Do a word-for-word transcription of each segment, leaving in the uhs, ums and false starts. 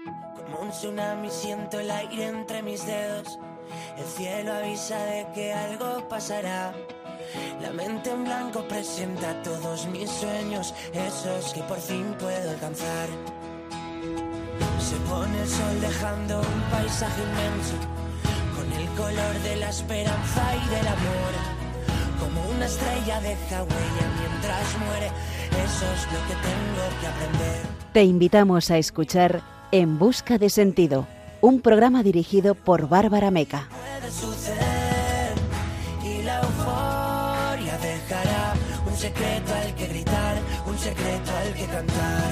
Como un tsunami siento el aire entre mis dedos. El cielo avisa de que algo pasará. La mente en blanco presenta todos mis sueños, esos que por fin puedo alcanzar. Se pone el sol dejando un paisaje inmenso, con el color de la esperanza y del amor. Como una estrella deja huella mientras muere, eso es lo que tengo que aprender. Te invitamos a escuchar En Busca de Sentido, un programa dirigido por Bárbara Meca. Puede suceder y la euforia dejará un secreto al que gritar, un secreto al que cantar.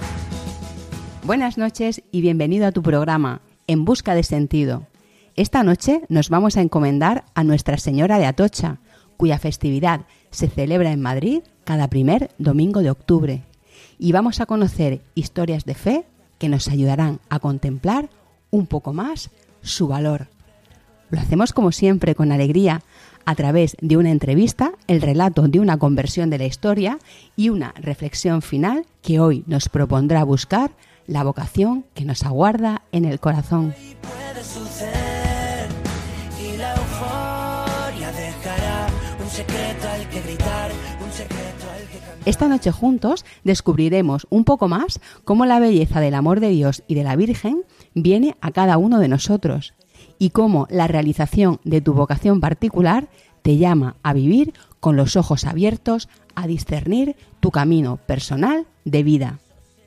Buenas noches y bienvenido a tu programa En Busca de Sentido. Esta noche nos vamos a encomendar a Nuestra Señora de Atocha, cuya festividad se celebra en Madrid cada primer domingo de octubre. Y vamos a conocer historias de fe que nos ayudarán a contemplar un poco más su valor. Lo hacemos como siempre con alegría, a través de una entrevista, el relato de una conversión de la historia y una reflexión final que hoy nos propondrá buscar la vocación que nos aguarda en el corazón. Puede suceder y la euforia dejará un secreto al que gritar, un secreto al que cantar. Esta noche juntos descubriremos un poco más cómo la belleza del amor de Dios y de la Virgen viene a cada uno de nosotros y cómo la realización de tu vocación particular te llama a vivir con los ojos abiertos a discernir tu camino personal de vida.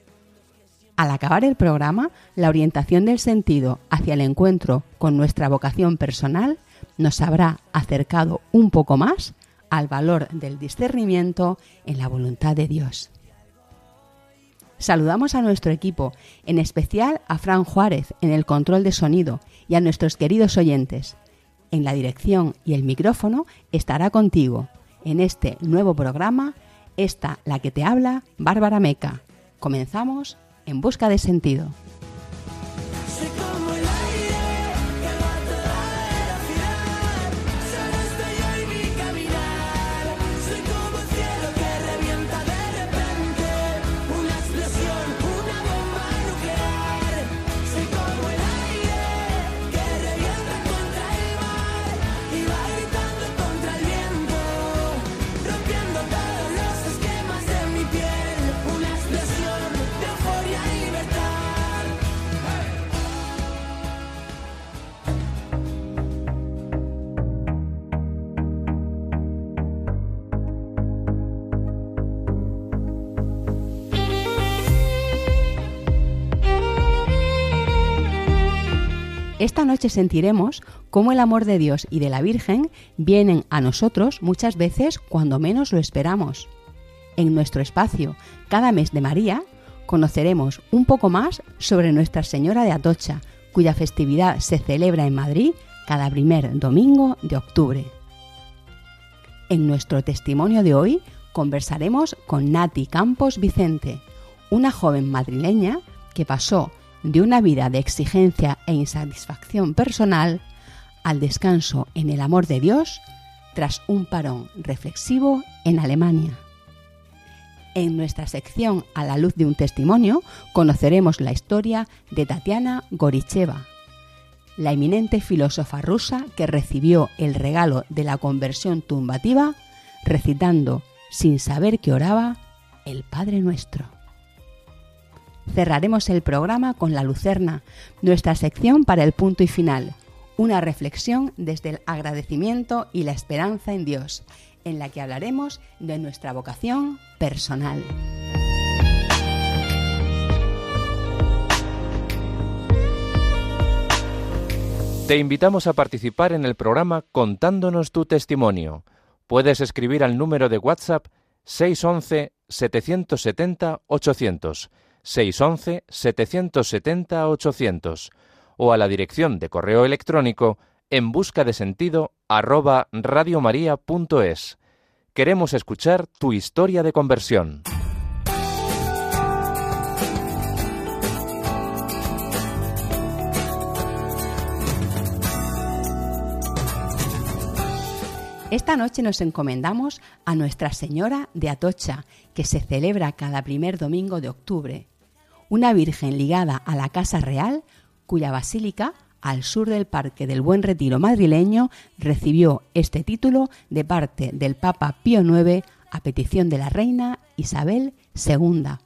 Al acabar el programa, la orientación del sentido hacia el encuentro con nuestra vocación personal nos habrá acercado un poco más al valor del discernimiento en la voluntad de Dios. Saludamos a nuestro equipo, en especial a Fran Juárez en el control de sonido y a nuestros queridos oyentes. En la dirección y el micrófono estará contigo, en este nuevo programa, esta la que te habla, Bárbara Meca. Comenzamos En Busca de Sentido. Soy como el aire que va a toda velocidad, solo estoy yo y mi caminar. Soy como el cielo que revienta de repente, una explosión, una bomba nuclear. Soy como el aire que revienta contra el mar y va gritando contra el viento, rompiendo todos los esquemas de mi piel. Una explosión de euforia y libertad. Esta noche sentiremos cómo el amor de Dios y de la Virgen vienen a nosotros muchas veces cuando menos lo esperamos. En nuestro espacio, cada mes de María, conoceremos un poco más sobre Nuestra Señora de Atocha, cuya festividad se celebra en Madrid cada primer domingo de octubre. En nuestro testimonio de hoy conversaremos con Nati Campos Vicente, una joven madrileña que pasó de una vida de exigencia e insatisfacción personal al descanso en el amor de Dios tras un parón reflexivo en Alemania. En nuestra sección A la luz de un testimonio conoceremos la historia de Tatiana Goricheva, la eminente filósofa rusa que recibió el regalo de la conversión tumbativa recitando, sin saber que oraba, el Padre Nuestro. Cerraremos el programa con La Lucerna, nuestra sección para el punto y final, una reflexión desde el agradecimiento y la esperanza en Dios, en la que hablaremos de nuestra vocación personal. Te invitamos a participar en el programa contándonos tu testimonio. Puedes escribir al número de WhatsApp seis once, setecientos setenta, ochocientos, seis once, setecientos setenta, ochocientos o a la dirección de correo electrónico en busca de sentido arroba radiomaria punto es. Queremos escuchar tu historia de conversión. Esta noche nos encomendamos a Nuestra Señora de Atocha, que se celebra cada primer domingo de octubre. una virgen ligada a la Casa Real, cuya basílica, al sur del Parque del Buen Retiro madrileño, recibió este título de parte del Papa Pío noveno a petición de la reina Isabel segunda.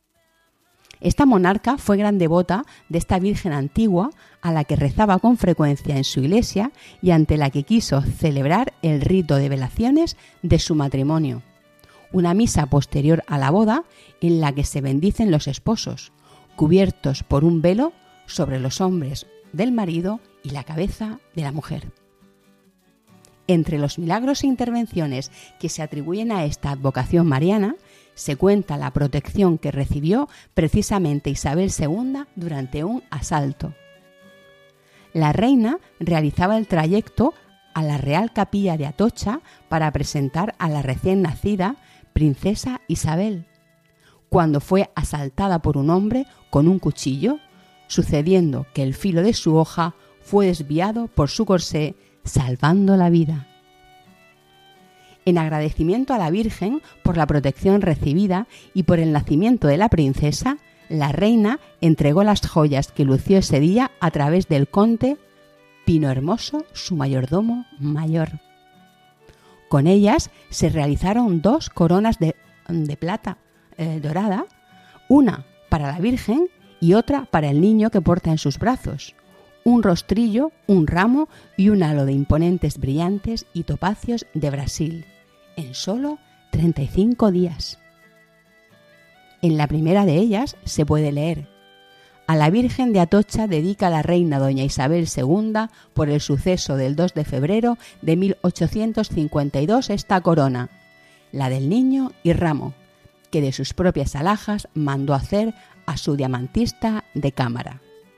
Esta monarca fue gran devota de esta Virgen antigua, a la que rezaba con frecuencia en su iglesia y ante la que quiso celebrar el rito de velaciones de su matrimonio. Una misa posterior a la boda en la que se bendicen los esposos, cubiertos por un velo sobre los hombros del marido y la cabeza de la mujer. Entre los milagros e intervenciones que se atribuyen a esta advocación mariana, se cuenta la protección que recibió precisamente Isabel segunda durante un asalto. La reina realizaba el trayecto a la Real Capilla de Atocha para presentar a la recién nacida princesa Isabel, cuando fue asaltada por un hombre con un cuchillo, sucediendo que el filo de su hoja fue desviado por su corsé, salvando la vida. En agradecimiento a la Virgen por la protección recibida y por el nacimiento de la princesa, la reina entregó las joyas que lució ese día a través del conde Pino Hermoso, su mayordomo mayor. Con ellas se realizaron dos coronas de, de plata eh, dorada, una para la Virgen y otra para el niño que porta en sus brazos, un rostrillo, un ramo y un halo de imponentes brillantes y topacios de Brasil, en solo treinta y cinco días. En la primera de ellas se puede leer: a la Virgen de Atocha dedica la reina doña Isabel segunda por el suceso del dos de febrero de mil ochocientos cincuenta y dos esta corona, la del niño y ramo, que de sus propias alhajas mandó hacer a su diamantista de cámara.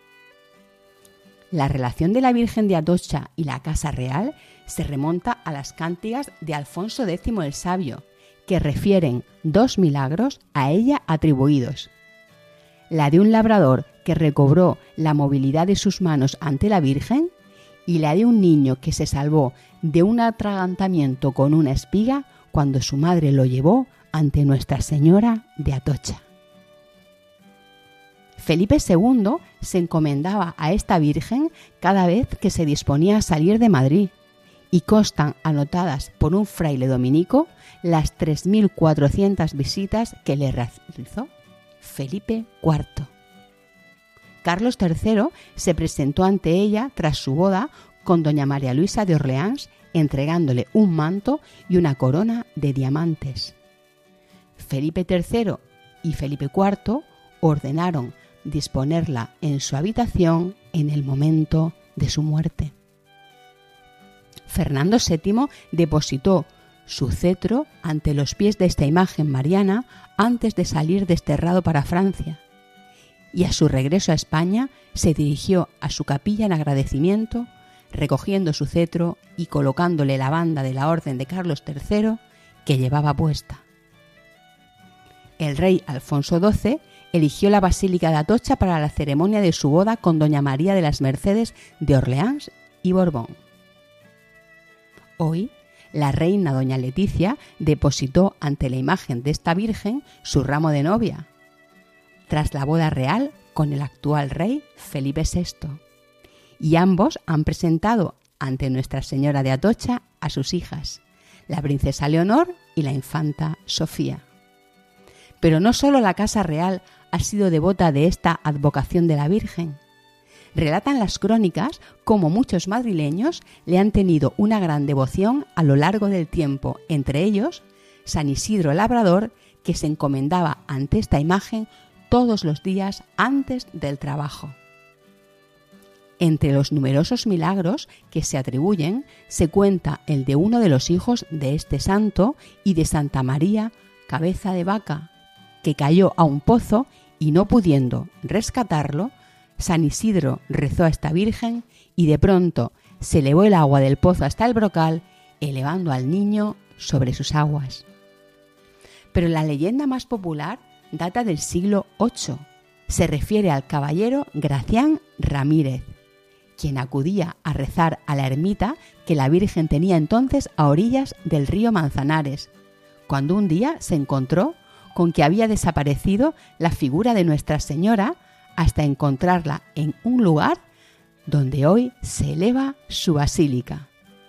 La relación de la Virgen de Atocha y la Casa Real se remonta a las cántigas de Alfonso décimo el Sabio, que refieren dos milagros a ella atribuidos: la de un labrador que recobró la movilidad de sus manos ante la Virgen y la de un niño que se salvó de un atragantamiento con una espiga cuando su madre lo llevó ante Nuestra Señora de Atocha. Felipe segundo se encomendaba a esta Virgen cada vez que se disponía a salir de Madrid, y constan anotadas por un fraile dominico las tres mil cuatrocientas visitas que le realizó Felipe cuarto. Carlos tercero se presentó ante ella tras su boda con doña María Luisa de Orleans, entregándole un manto y una corona de diamantes. Felipe tercero y Felipe cuarto ordenaron disponerla en su habitación en el momento de su muerte. Fernando séptimo depositó su cetro ante los pies de esta imagen mariana antes de salir desterrado para Francia, y a su regreso a España se dirigió a su capilla en agradecimiento, recogiendo su cetro y colocándole la banda de la Orden de Carlos tercero que llevaba puesta. El rey Alfonso doce eligió la Basílica de Atocha para la ceremonia de su boda con doña María de las Mercedes de Orleans y Borbón. Hoy, la reina doña Leticia depositó ante la imagen de esta Virgen su ramo de novia, tras la boda real con el actual rey Felipe sexto, y ambos han presentado ante Nuestra Señora de Atocha a sus hijas, la princesa Leonor y la infanta Sofía. Pero no solo la Casa Real ha sido devota de esta advocación de la Virgen. Relatan las crónicas cómo muchos madrileños le han tenido una gran devoción a lo largo del tiempo, entre ellos San Isidro Labrador, que se encomendaba ante esta imagen todos los días antes del trabajo. Entre los numerosos milagros que se atribuyen se cuenta el de uno de los hijos de este santo y de Santa María, Cabeza de Vaca, que cayó a un pozo y no pudiendo rescatarlo, San Isidro rezó a esta Virgen y de pronto se elevó el agua del pozo hasta el brocal, elevando al niño sobre sus aguas. Pero la leyenda más popular data del siglo ocho. Se refiere al caballero Gracián Ramírez, quien acudía a rezar a la ermita que la Virgen tenía entonces a orillas del río Manzanares, cuando un día se encontró con que había desaparecido la figura de Nuestra Señora hasta encontrarla en un lugar donde hoy se eleva su basílica.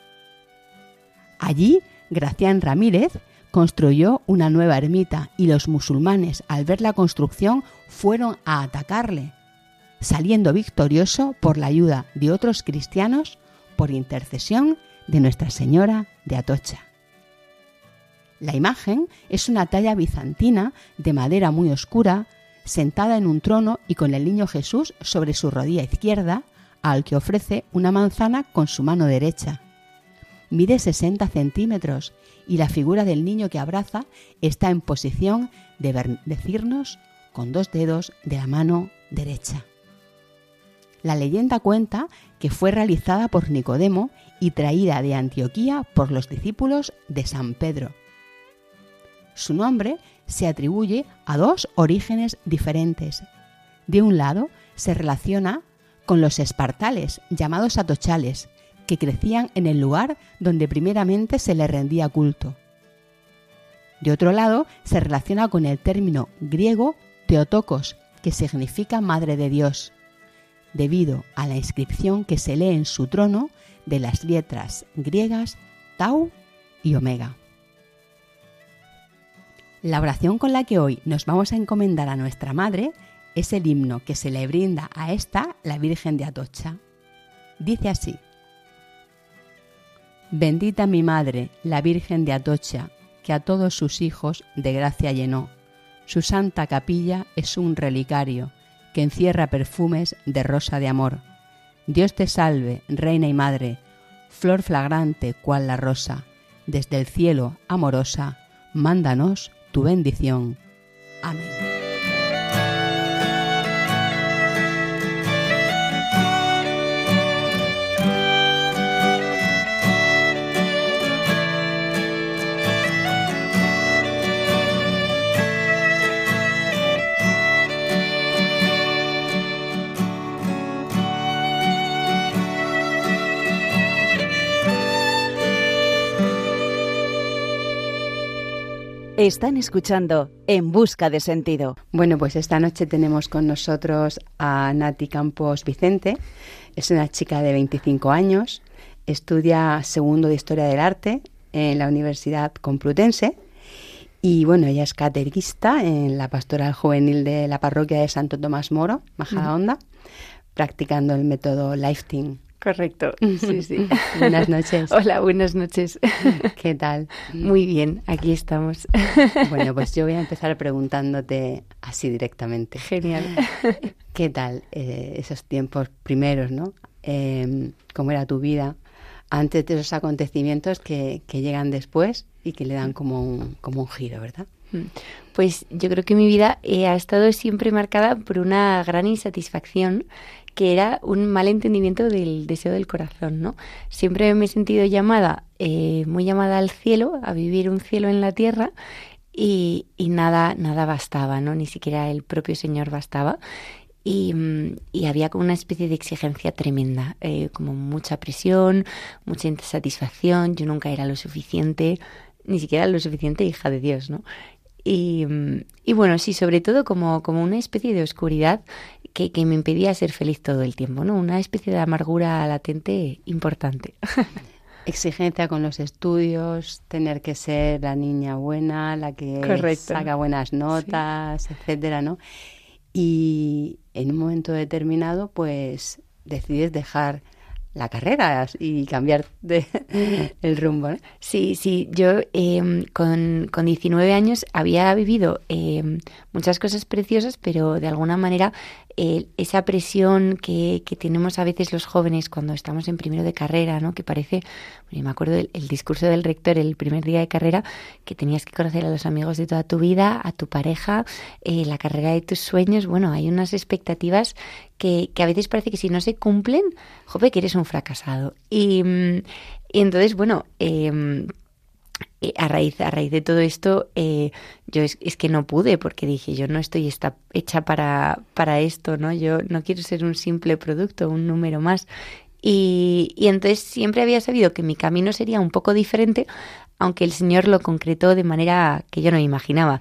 Allí, Gracián Ramírez construyó una nueva ermita y los musulmanes, al ver la construcción, fueron a atacarle, saliendo victorioso por la ayuda de otros cristianos por intercesión de Nuestra Señora de Atocha. La imagen es una talla bizantina de madera muy oscura, sentada en un trono y con el niño Jesús sobre su rodilla izquierda, al que ofrece una manzana con su mano derecha. Mide sesenta centímetros y la figura del niño que abraza está en posición de bendecirnos con dos dedos de la mano derecha. La leyenda cuenta que fue realizada por Nicodemo y traída de Antioquía por los discípulos de San Pedro. Su nombre se atribuye a dos orígenes diferentes. De un lado, se relaciona con los espartales, llamados atochales, que crecían en el lugar donde primeramente se le rendía culto. De otro lado, se relaciona con el término griego Theotokos, que significa Madre de Dios, debido a la inscripción que se lee en su trono de las letras griegas Tau y Omega. La oración con la que hoy nos vamos a encomendar a nuestra Madre es el himno que se le brinda a esta, la Virgen de Atocha. Dice así: Bendita mi Madre, la Virgen de Atocha, que a todos sus hijos de gracia llenó. Su santa capilla es un relicario que encierra perfumes de rosa de amor. Dios te salve, Reina y Madre, flor flagrante cual la rosa. Desde el cielo, amorosa, mándanos tu bendición. Amén. Están escuchando En Busca de Sentido. Bueno, pues esta noche tenemos con nosotros a Nati Campos Vicente. Es una chica de veinticinco años, estudia segundo de Historia del Arte en la Universidad Complutense y bueno, ella es catequista en la Pastoral Juvenil de la Parroquia de Santo Tomás Moro, Majadahonda, uh-huh. practicando el método Lifting. Correcto, sí, sí. Buenas noches. Hola, buenas noches. ¿Qué tal? Muy bien, aquí estamos. Bueno, pues yo voy a empezar preguntándote así directamente. Genial. ¿Qué tal eh, esos tiempos primeros, ¿no? Eh, ¿Cómo era tu vida antes de esos acontecimientos que, que llegan después y que le dan como un, como un giro, ¿verdad? Pues yo creo que mi vida eh, ha estado siempre marcada por una gran insatisfacción, que era un mal entendimiento del deseo del corazón, ¿no? Siempre me he sentido llamada, eh, muy llamada al cielo, a vivir un cielo en la tierra, y, y nada, nada bastaba, ¿no? Ni siquiera el propio Señor bastaba. Y, y había como una especie de exigencia tremenda, eh, como mucha presión, mucha insatisfacción. Yo nunca era lo suficiente, ni siquiera lo suficiente hija de Dios, ¿no? Y, y bueno, sí, sobre todo como, como una especie de oscuridad que, que me impedía ser feliz todo el tiempo, ¿no? Una especie de amargura latente importante. Exigencia con los estudios, tener que ser la niña buena, la que Correcto. saca buenas notas, sí. etcétera, ¿no? Y en un momento determinado, pues, decides dejar la carrera y cambiar de el rumbo, ¿no? Sí, sí. Yo eh, con, con diecinueve años había vivido eh, muchas cosas preciosas, pero de alguna manera eh, esa presión que, que tenemos a veces los jóvenes cuando estamos en primero de carrera, ¿no? Que parece, bueno, me acuerdo del el discurso del rector el primer día de carrera, que tenías que conocer a los amigos de toda tu vida, a tu pareja, eh, la carrera de tus sueños. Bueno, hay unas expectativas que, que a veces parece que si no se cumplen, jope, que eres un fracasado. Y, y entonces, bueno, eh, a raíz, a raíz de todo esto, eh, yo es, es que no pude, porque dije, yo no estoy esta, hecha para, para esto, ¿no? Yo no quiero ser un simple producto, un número más. Y, y entonces siempre había sabido que mi camino sería un poco diferente, aunque el Señor lo concretó de manera que yo no imaginaba.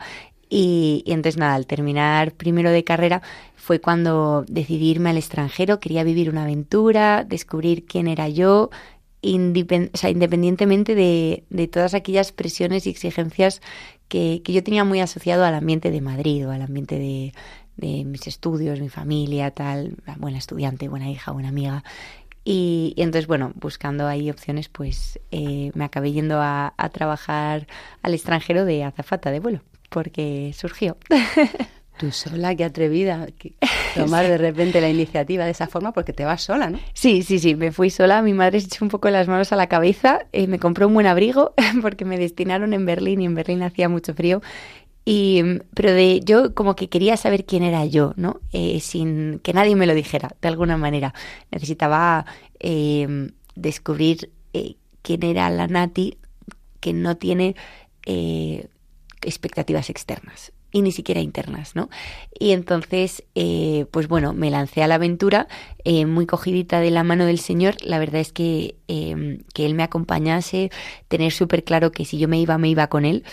Y, y entonces nada, al terminar primero de carrera fue cuando decidí irme al extranjero. Quería vivir una aventura, descubrir quién era yo, independ- o sea, independientemente de, de todas aquellas presiones y exigencias que, que yo tenía muy asociado al ambiente de Madrid o al ambiente de, de mis estudios, mi familia, tal, buena estudiante, buena hija, buena amiga. Y, y entonces, bueno, buscando ahí opciones, pues eh, me acabé yendo a, a trabajar al extranjero de azafata de vuelo, porque surgió. Tú sola, qué atrevida, que tomar de repente la iniciativa de esa forma, porque te vas sola, ¿no? Sí, sí, sí, me fui sola. Mi madre se echó un poco las manos a la cabeza, eh, me compró un buen abrigo porque me destinaron en Berlín y en Berlín hacía mucho frío. Y, pero de yo como que quería saber quién era yo, ¿no? Eh, sin que nadie me lo dijera, de alguna manera. Necesitaba eh, descubrir eh, quién era la Nati que no tiene eh, expectativas externas y ni siquiera internas, ¿no? Y entonces, eh, pues bueno, me lancé a la aventura eh, muy cogidita de la mano del Señor. La verdad es que eh, que Él me acompañase, tener súper claro que si yo me iba, me iba con Él,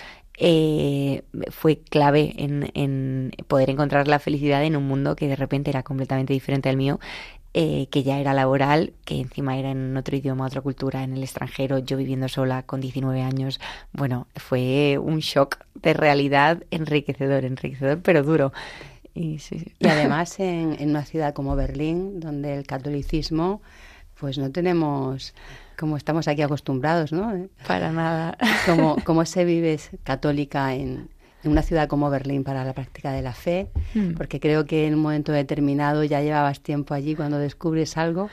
eh, fue clave en, en poder encontrar la felicidad en un mundo que de repente era completamente diferente al mío. Eh, que ya era laboral, que encima era en otro idioma, otra cultura, en el extranjero, yo viviendo sola con diecinueve años. Bueno, fue un shock de realidad enriquecedor, enriquecedor, pero duro. Y, sí. Y además en, en una ciudad como Berlín, donde el catolicismo, pues no tenemos, como estamos aquí acostumbrados, ¿no? Para nada. ¿Cómo, cómo se vive católica en... en una ciudad como Berlín para la práctica de la fe? Mm. Porque creo que en un momento determinado ya llevabas tiempo allí cuando descubres algo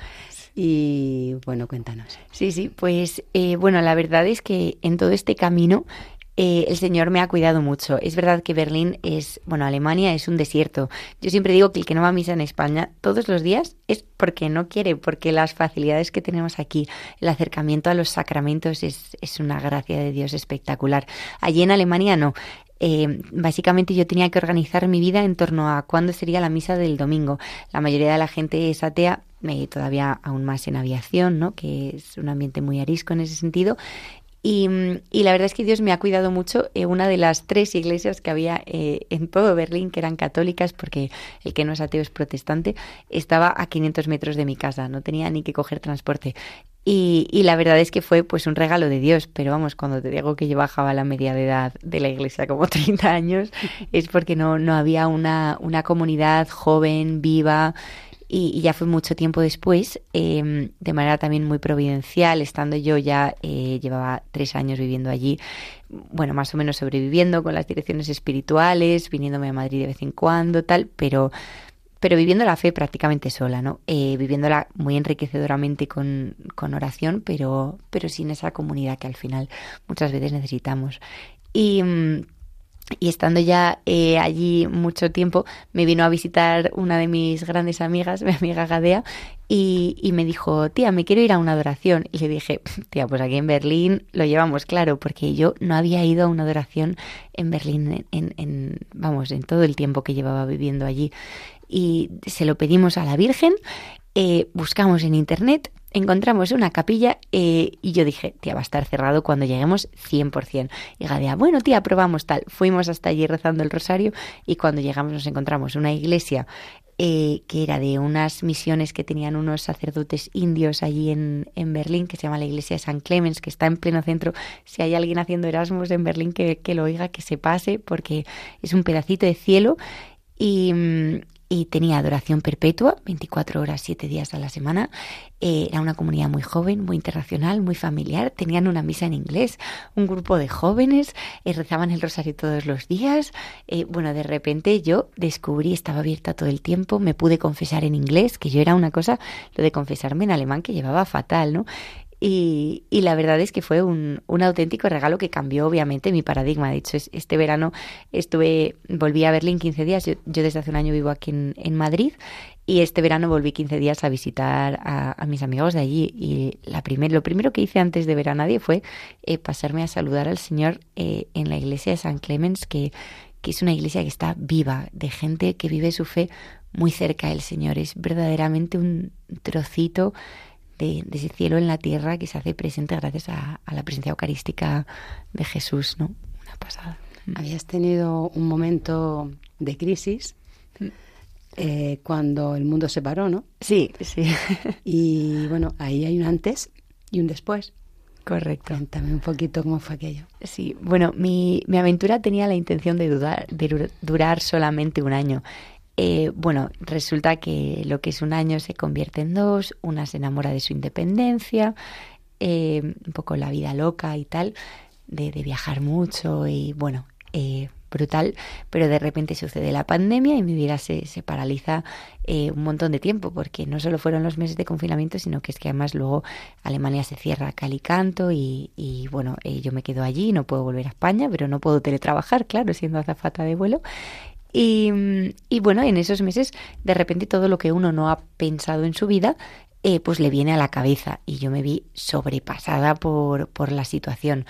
y, bueno, cuéntanos. Sí, sí, pues, eh, bueno, la verdad es que en todo este camino eh, el Señor me ha cuidado mucho. Es verdad que Berlín es, bueno, Alemania es un desierto. Yo siempre digo que el que no va a misa en España todos los días es porque no quiere, porque las facilidades que tenemos aquí, el acercamiento a los sacramentos es, es una gracia de Dios espectacular. Allí en Alemania no. Eh, básicamente yo tenía que organizar mi vida en torno a cuándo sería la misa del domingo. La mayoría de la gente es atea, eh, todavía aún más en aviación, ¿no? Que es un ambiente muy arisco en ese sentido. Y, y la verdad es que Dios me ha cuidado mucho. Eh, una de las tres iglesias que había eh, en todo Berlín, que eran católicas, porque el que no es ateo es protestante, estaba a quinientos metros de mi casa, no tenía ni que coger transporte. Y, y la verdad es que fue pues un regalo de Dios, pero vamos, cuando te digo que yo bajaba la media de edad de la iglesia como treinta años, es porque no, no había una, una comunidad joven, viva. Y, y ya fue mucho tiempo después, eh, de manera también muy providencial, estando yo ya, eh, llevaba tres años viviendo allí, bueno, más o menos sobreviviendo con las direcciones espirituales, viniéndome a Madrid de vez en cuando, tal, pero, pero viviendo la fe prácticamente sola, ¿no? Eh, viviéndola muy enriquecedoramente con, con oración, pero, pero sin esa comunidad que al final muchas veces necesitamos. Y... Y estando ya eh, allí mucho tiempo, me vino a visitar una de mis grandes amigas, mi amiga Gadea, y, y me dijo, tía, me quiero ir a una adoración. Y le dije, tía, pues aquí en Berlín lo llevamos claro, porque yo no había ido a una adoración en Berlín, en, en, vamos, en todo el tiempo que llevaba viviendo allí. Y se lo pedimos a la Virgen, eh, buscamos en internet, encontramos una capilla eh, y yo dije, tía, va a estar cerrado cuando lleguemos cien por ciento. Y Gadea, bueno, tía, probamos tal. Fuimos hasta allí rezando el rosario y cuando llegamos nos encontramos una iglesia eh, que era de unas misiones que tenían unos sacerdotes indios allí en, en Berlín, que se llama la iglesia de San Clemens, que está en pleno centro. Si hay alguien haciendo Erasmus en Berlín que, que lo oiga, que se pase, porque es un pedacito de cielo. Y... y tenía adoración perpetua, veinticuatro horas, siete días a la semana. Eh, era una comunidad muy joven, muy internacional, muy familiar. Tenían una misa en inglés, un grupo de jóvenes, eh, rezaban el rosario todos los días. Eh, bueno, de repente yo descubrí, estaba abierta todo el tiempo, me pude confesar en inglés, que yo era una cosa, lo de confesarme en alemán, que llevaba fatal, ¿no? Y, y la verdad es que fue un, un auténtico regalo que cambió obviamente mi paradigma. De hecho, es, este verano estuve, volví a Berlín quince días. Yo, yo desde hace un año vivo aquí en, en Madrid y este verano volví quince días a visitar a, a mis amigos de allí. Y la primer, lo primero que hice antes de ver a nadie fue eh, pasarme a saludar al Señor eh, en la iglesia de San Clemens, que, que es una iglesia que está viva, de gente que vive su fe muy cerca del Señor. Es verdaderamente un trocito De, de ese cielo en la tierra que se hace presente gracias a, a la presencia eucarística de Jesús, ¿no? Una pasada. Habías tenido un momento de crisis eh, cuando el mundo se paró, ¿no? Sí, sí. Y bueno, ahí hay un antes y un después. Correcto. Cuéntame un poquito cómo fue aquello. Sí, bueno, mi, mi aventura tenía la intención de, dudar, de durar solamente un año. Eh, bueno, resulta que lo que es un año se convierte en dos, una se enamora de su independencia, eh, un poco la vida loca y tal, de, de viajar mucho y bueno, eh, brutal, pero de repente sucede la pandemia y mi vida se, se paraliza eh, un montón de tiempo, porque no solo fueron los meses de confinamiento, sino que es que además luego Alemania se cierra a cal y canto y, y bueno, eh, yo me quedo allí, no puedo volver a España, pero no puedo teletrabajar, claro, siendo azafata de vuelo. Y, y bueno, en esos meses de repente todo lo que uno no ha pensado en su vida eh, pues le viene a la cabeza y yo me vi sobrepasada por, por la situación.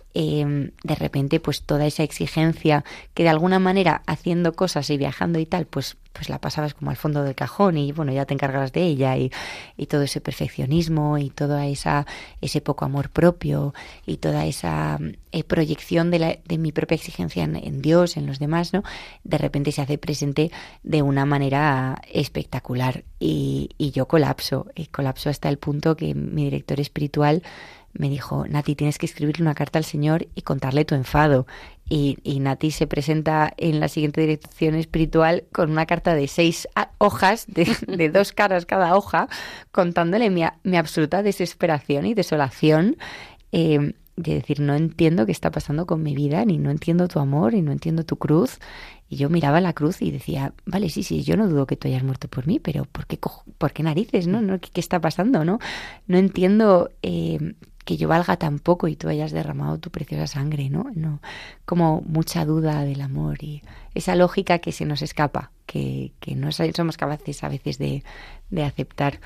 Eh, de repente pues toda esa exigencia que de alguna manera haciendo cosas y viajando y tal pues pues la pasabas como al fondo del cajón y bueno ya te encargarás de ella y, y todo ese perfeccionismo y toda esa ese poco amor propio y toda esa eh, proyección de, la, de mi propia exigencia en, en Dios, en los demás, ¿no? De repente se hace presente de una manera espectacular y, y yo colapso y colapso hasta el punto que mi director espiritual me dijo, Nati, tienes que escribirle una carta al Señor y contarle tu enfado. Y, y Nati se presenta en la siguiente dirección espiritual con una carta de seis hojas, de, de dos caras cada hoja, contándole mi, mi absoluta desesperación y desolación. Eh, de decir, no entiendo qué está pasando con mi vida, ni no entiendo tu amor, y no entiendo tu cruz. Y yo miraba la cruz y decía, vale, sí, sí, yo no dudo que tú hayas muerto por mí, pero ¿por qué, cojo, por qué narices, no? ¿No? ¿Qué, qué está pasando, no? No entiendo eh, que yo valga tan poco y tú hayas derramado tu preciosa sangre, ¿no? No, como mucha duda del amor y esa lógica que se nos escapa, que, que no somos capaces a veces de, de aceptar.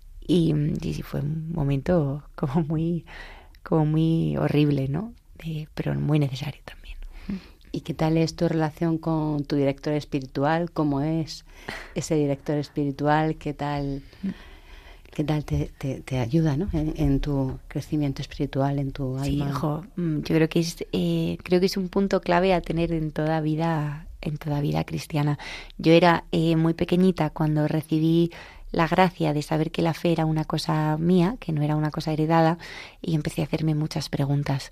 Y, y sí, fue un momento como muy... como muy horrible, ¿no? Eh, pero muy necesario también. ¿Y qué tal es tu relación con tu director espiritual? ¿Cómo es ese director espiritual? ¿Qué tal, qué tal te, te, te ayuda, ¿no? en, en tu crecimiento espiritual, en tu alma? Sí, hijo, yo creo que es eh, creo que es un punto clave a tener en toda vida en toda vida cristiana. Yo era eh, muy pequeñita cuando recibí la gracia de saber que la fe era una cosa mía, que no era una cosa heredada, y empecé a hacerme muchas preguntas.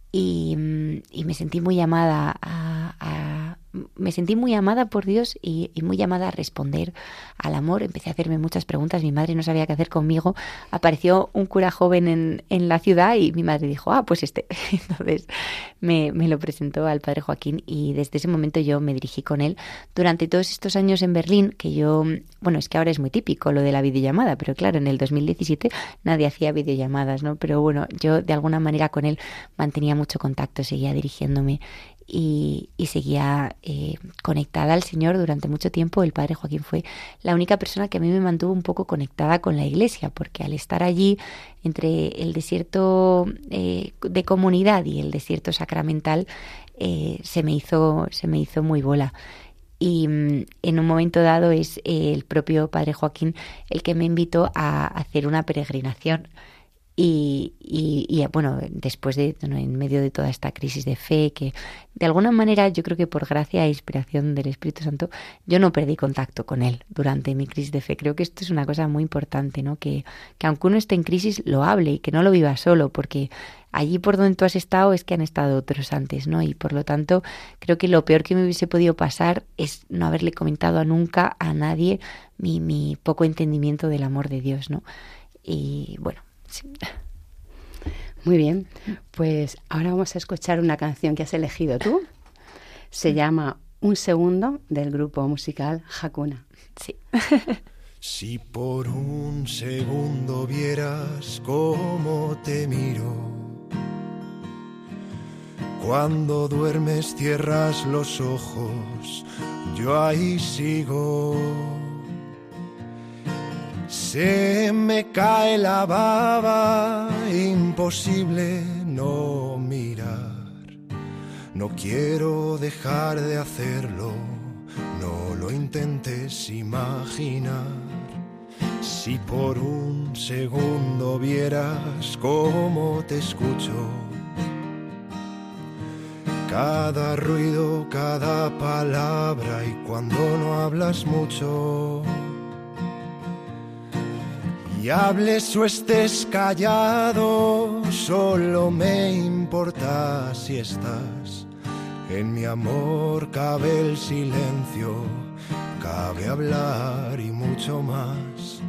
Y, y me sentí muy llamada a, a me sentí muy amada por Dios y, y muy llamada a responder al amor. Empecé a hacerme muchas preguntas. Mi madre no sabía qué hacer conmigo. Apareció un cura joven en, en la ciudad y mi madre dijo, ah, pues este. Entonces me, me lo presentó al padre Joaquín y desde ese momento yo me dirigí con él. Durante todos estos años en Berlín, que yo, bueno, es que ahora es muy típico lo de la videollamada, pero claro, en el dos mil diecisiete nadie hacía videollamadas, ¿no? Pero bueno, yo de alguna manera con él mantenía mucho contacto, seguía dirigiéndome y, y seguía eh, conectada al Señor durante mucho tiempo. El padre Joaquín fue la única persona que a mí me mantuvo un poco conectada con la iglesia, porque al estar allí entre el desierto eh, de comunidad y el desierto sacramental eh, se me hizo se me hizo muy bola. Y mm, en un momento dado es eh, el propio padre Joaquín el que me invitó a hacer una peregrinación. Y, y, y bueno, después de, bueno, en medio de toda esta crisis de fe, que de alguna manera yo creo que por gracia e inspiración del Espíritu Santo, yo no perdí contacto con él durante mi crisis de fe. Creo que esto es una cosa muy importante, ¿no? Que, que aunque uno esté en crisis, lo hable y que no lo viva solo, porque allí por donde tú has estado es que han estado otros antes, ¿no? Y por lo tanto, creo que lo peor que me hubiese podido pasar es no haberle comentado a nunca a nadie mi, mi poco entendimiento del amor de Dios, ¿no? Y bueno, sí. Muy bien, pues ahora vamos a escuchar una canción que has elegido tú. Se llama Un segundo, del grupo musical Hakuna. Sí. Si por un segundo vieras cómo te miro, cuando duermes cierras los ojos, yo ahí sigo. Se me cae la baba, imposible no mirar. No quiero dejar de hacerlo, no lo intentes imaginar. Si por un segundo vieras cómo te escucho, cada ruido, cada palabra y cuando no hablas mucho. Y hables o estés callado, solo me importa si estás. En mi amor cabe el silencio, cabe hablar y mucho más.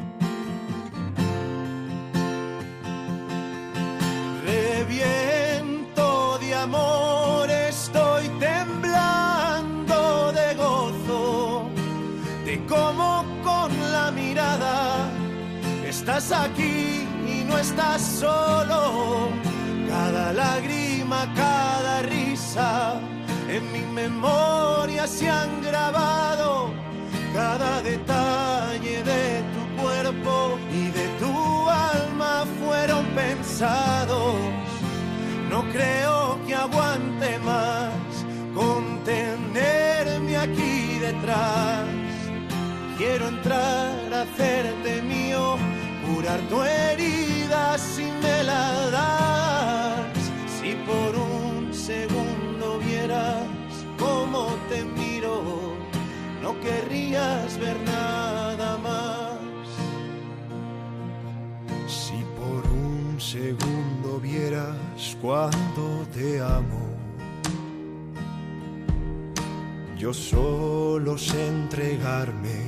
Reviento de amor, estoy temblando de gozo, de cómo con la mirada estás aquí y no estás solo. Cada lágrima, cada risa en mi memoria se han grabado. Cada detalle de tu cuerpo y de tu alma fueron pensados. No creo que aguante más contenerme aquí detrás. Quiero entrar a hacerte mío, curar tu herida si me la das. Si por un segundo vieras cómo te miro, no querrías ver nada más. Si por un segundo vieras cuánto te amo, yo solo sé entregarme,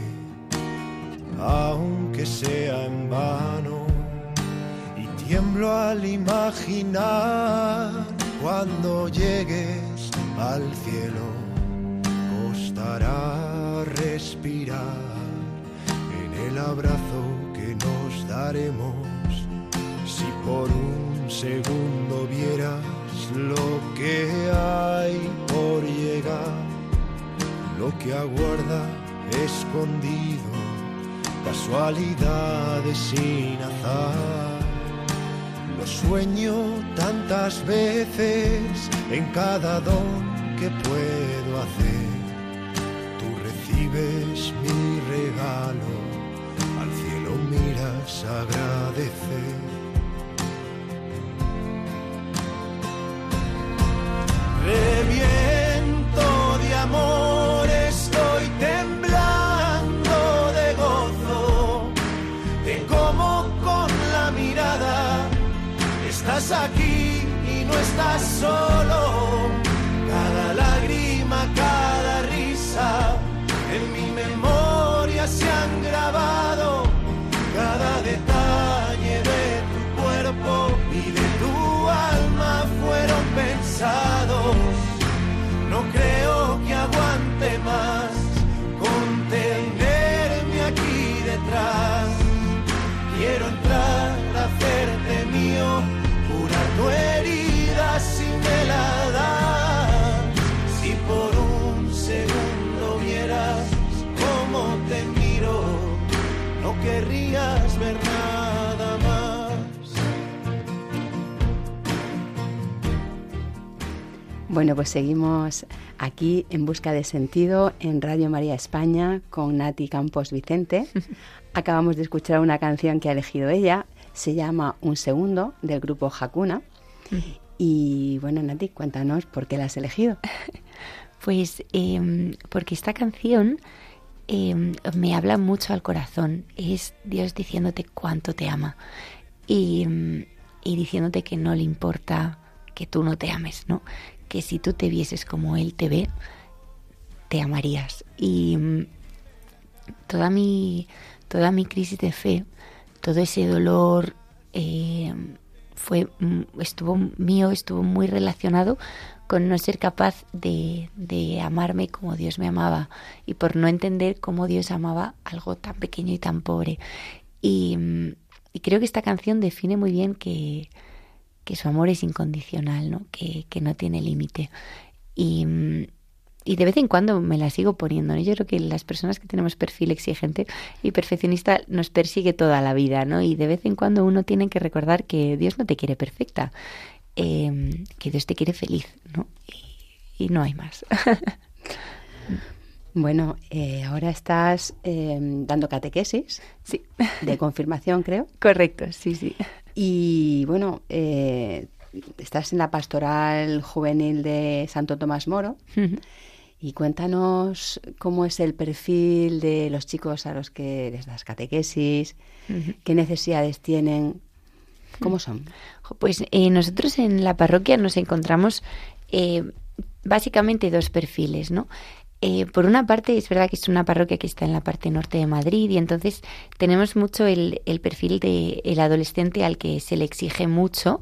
aunque sea en vano, y tiemblo al imaginar cuando llegues al cielo. Costará respirar en el abrazo que nos daremos. Si por un segundo vieras lo que hay por llegar, lo que aguarda escondido, casualidades sin azar. Lo sueño tantas veces en cada don que puedo hacer. Tú recibes mi regalo, al cielo miras agradecer. Reviento de amor, estoy temblando de gozo, de cómo con la mirada estás aquí y no estás solo. Cada lágrima, cada risa en mi memoria se han grabado. Cada detalle de tu cuerpo y de tu alma fueron pensados. No creo que aguante más contenerme aquí detrás. Quiero entrar a hacerte mío, curar tu herida si me la das. Si por un segundo vieras cómo te miro, no querrías ver nada más. Bueno, pues seguimos aquí en Busca de Sentido en Radio María España con Nati Campos Vicente. Acabamos de escuchar una canción que ha elegido ella, se llama Un Segundo, del grupo Hakuna. Y bueno, Nati, cuéntanos por qué la has elegido. Pues eh, porque esta canción eh, me habla mucho al corazón. Es Dios diciéndote cuánto te ama y, y diciéndote que no le importa que tú no te ames, ¿no? Que si tú te vieses como Él te ve, te amarías. Y toda mi, toda mi crisis de fe, todo ese dolor eh, fue estuvo mío, estuvo muy relacionado con no ser capaz de, de amarme como Dios me amaba y por no entender cómo Dios amaba algo tan pequeño y tan pobre. Y, y creo que esta canción define muy bien que que su amor es incondicional, ¿no? Que, que no tiene límite. Y, y de vez en cuando me la sigo poniendo, ¿no? Yo creo que las personas que tenemos perfil exigente y perfeccionista nos persigue toda la vida, ¿no? Y de vez en cuando uno tiene que recordar que Dios no te quiere perfecta, eh, que Dios te quiere feliz, ¿no? Y, y no hay más. Bueno, eh, ahora estás eh, dando catequesis, sí, de confirmación, creo. Correcto, sí, sí. Y bueno, eh, estás en la pastoral juvenil de Santo Tomás Moro. Ujú. Y cuéntanos cómo es el perfil de los chicos a los que les das catequesis, Ujú. qué necesidades tienen, cómo son. Pues eh, nosotros en la parroquia nos encontramos eh, básicamente dos perfiles, ¿no? Eh, por una parte, es verdad que es una parroquia que está en la parte norte de Madrid y entonces tenemos mucho el, el perfil del adolescente al que se le exige mucho,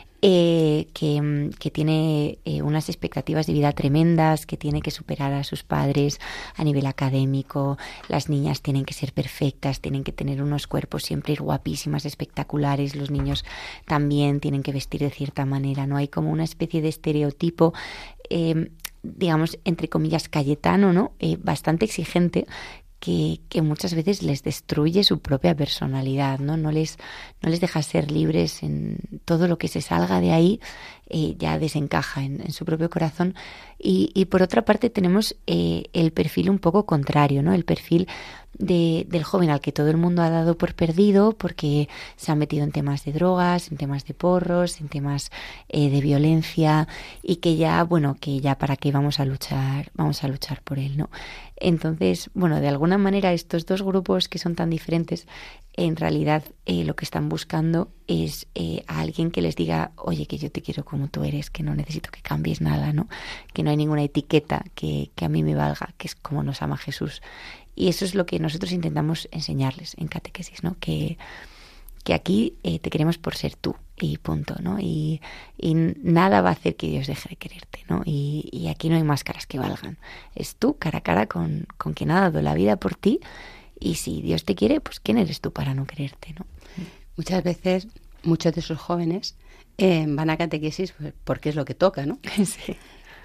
eh, que, que tiene eh, unas expectativas de vida tremendas, que tiene que superar a sus padres a nivel académico, las niñas tienen que ser perfectas, tienen que tener unos cuerpos siempre guapísimas, espectaculares, los niños también tienen que vestir de cierta manera, ¿no? Hay como una especie de estereotipo, eh, digamos, entre comillas, cayetano, ¿no? Eh, bastante exigente, que, que muchas veces les destruye su propia personalidad, ¿no? No les, no les deja ser libres en todo lo que se salga de ahí, eh, ya desencaja en, en su propio corazón. Y, y por otra parte tenemos eh, el perfil un poco contrario, ¿no? El perfil de, del joven al que todo el mundo ha dado por perdido porque se ha metido en temas de drogas, en temas de porros, en temas eh, de violencia y que ya, bueno, que ya para qué vamos a luchar, vamos a luchar por él, ¿no? Entonces, bueno, de alguna manera estos dos grupos que son tan diferentes, en realidad eh, lo que están buscando es eh, a alguien que les diga, oye, que yo te quiero como tú eres, que no necesito que cambies nada, ¿no? Que no hay ninguna etiqueta que, que a mí me valga, que es como nos ama Jesús. Y eso es lo que nosotros intentamos enseñarles en catequesis, ¿no? Que, que aquí eh, te queremos por ser tú y punto, ¿no? Y, y nada va a hacer que Dios deje de quererte, ¿no? Y, y aquí no hay máscaras que valgan. Es tú cara a cara con, con quien ha dado la vida por ti. Y si Dios te quiere, pues ¿quién eres tú para no quererte, no? Muchas veces, muchos de esos jóvenes eh, van a catequesis pues, porque es lo que toca, ¿no? Sí.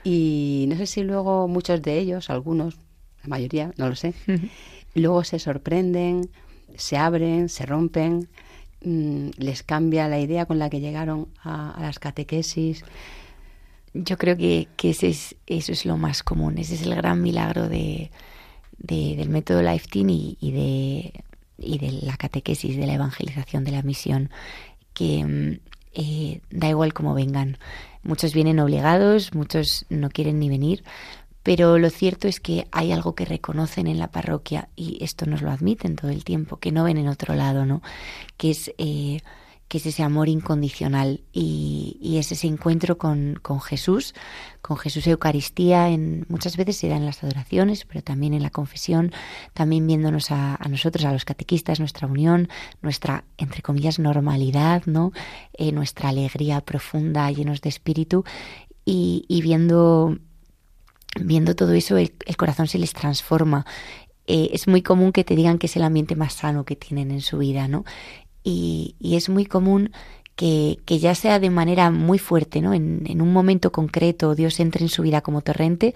Y no sé si luego muchos de ellos, algunos, la mayoría, no lo sé, Ujú. luego se sorprenden, se abren, se rompen, mmm, les cambia la idea con la que llegaron a, a las catequesis. Yo creo que, que ese es, eso es lo más común, ese es el gran milagro de, de, del método Life Teen y, y, de, y de la catequesis, de la evangelización, de la misión, que eh, da igual cómo vengan. Muchos vienen obligados, muchos no quieren ni venir, pero lo cierto es que hay algo que reconocen en la parroquia y esto nos lo admiten todo el tiempo, que no ven en otro lado, ¿no? Que es... Eh, que es ese amor incondicional y, y es ese encuentro con, con Jesús, con Jesús Eucaristía, en, muchas veces se da en las adoraciones, pero también en la confesión, también viéndonos a, a nosotros, a los catequistas, nuestra unión, nuestra, entre comillas, normalidad, ¿no? Eh, nuestra alegría profunda, llenos de espíritu, y, y viendo, viendo todo eso, el, el corazón se les transforma. Eh, es muy común que te digan que es el ambiente más sano que tienen en su vida, ¿no? Y, y es muy común que, que ya sea de manera muy fuerte, ¿no? En, en un momento concreto Dios entre en su vida como torrente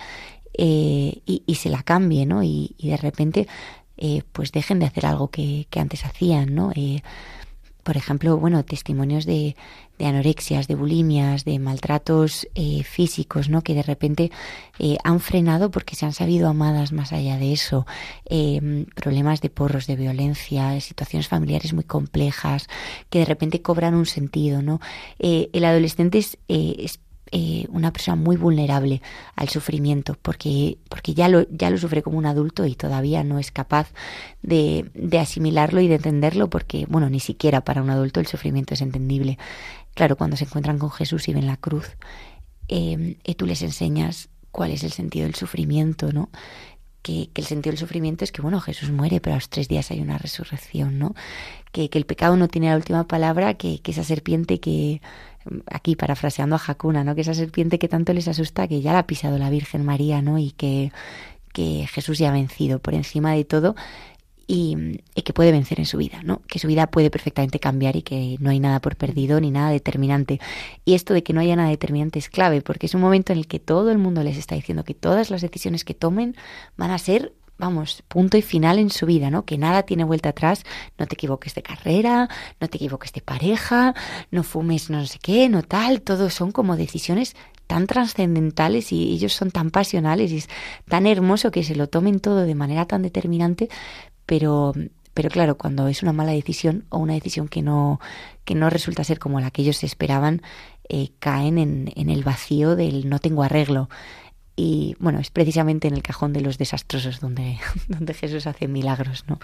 eh, y, y se la cambie, ¿no? Y, y de repente eh, pues dejen de hacer algo que, que antes hacían, ¿no? Eh, por ejemplo, bueno, testimonios de, de anorexias, de bulimias, de maltratos eh, físicos, ¿no? Que de repente eh, han frenado porque se han sabido amadas más allá de eso. Eh, problemas de porros, de violencia, situaciones familiares muy complejas, que de repente cobran un sentido, ¿no? Eh, el adolescente es, eh, es Eh, una persona muy vulnerable al sufrimiento porque porque ya lo ya lo sufre como un adulto y todavía no es capaz de, de asimilarlo y de entenderlo porque, bueno, ni siquiera para un adulto el sufrimiento es entendible. Claro, cuando se encuentran con Jesús y ven la cruz, eh, y tú les enseñas cuál es el sentido del sufrimiento, ¿no? Que, que el sentido del sufrimiento es que, bueno, Jesús muere, pero a los tres días hay una resurrección, ¿no? Que, que el pecado no tiene la última palabra, que, que esa serpiente que, aquí parafraseando a Hakuna, ¿no? Que esa serpiente que tanto les asusta, que ya la ha pisado la Virgen María, ¿no? Y que, que Jesús ya ha vencido por encima de todo y, y que puede vencer en su vida, ¿no? Que su vida puede perfectamente cambiar y que no hay nada por perdido ni nada determinante. Y esto de que no haya nada determinante es clave, porque es un momento en el que todo el mundo les está diciendo que todas las decisiones que tomen van a ser, vamos, punto y final en su vida, ¿no? Que nada tiene vuelta atrás, no te equivoques de carrera, no te equivoques de pareja, no fumes no sé qué, no tal, todo son como decisiones tan trascendentales y ellos son tan pasionales y es tan hermoso que se lo tomen todo de manera tan determinante, pero... Pero claro, cuando es una mala decisión o una decisión que no, que no resulta ser como la que ellos esperaban, eh, caen en, en el vacío del no tengo arreglo. Y bueno, es precisamente en el cajón de los desastrosos donde, donde Jesús hace milagros, ¿no?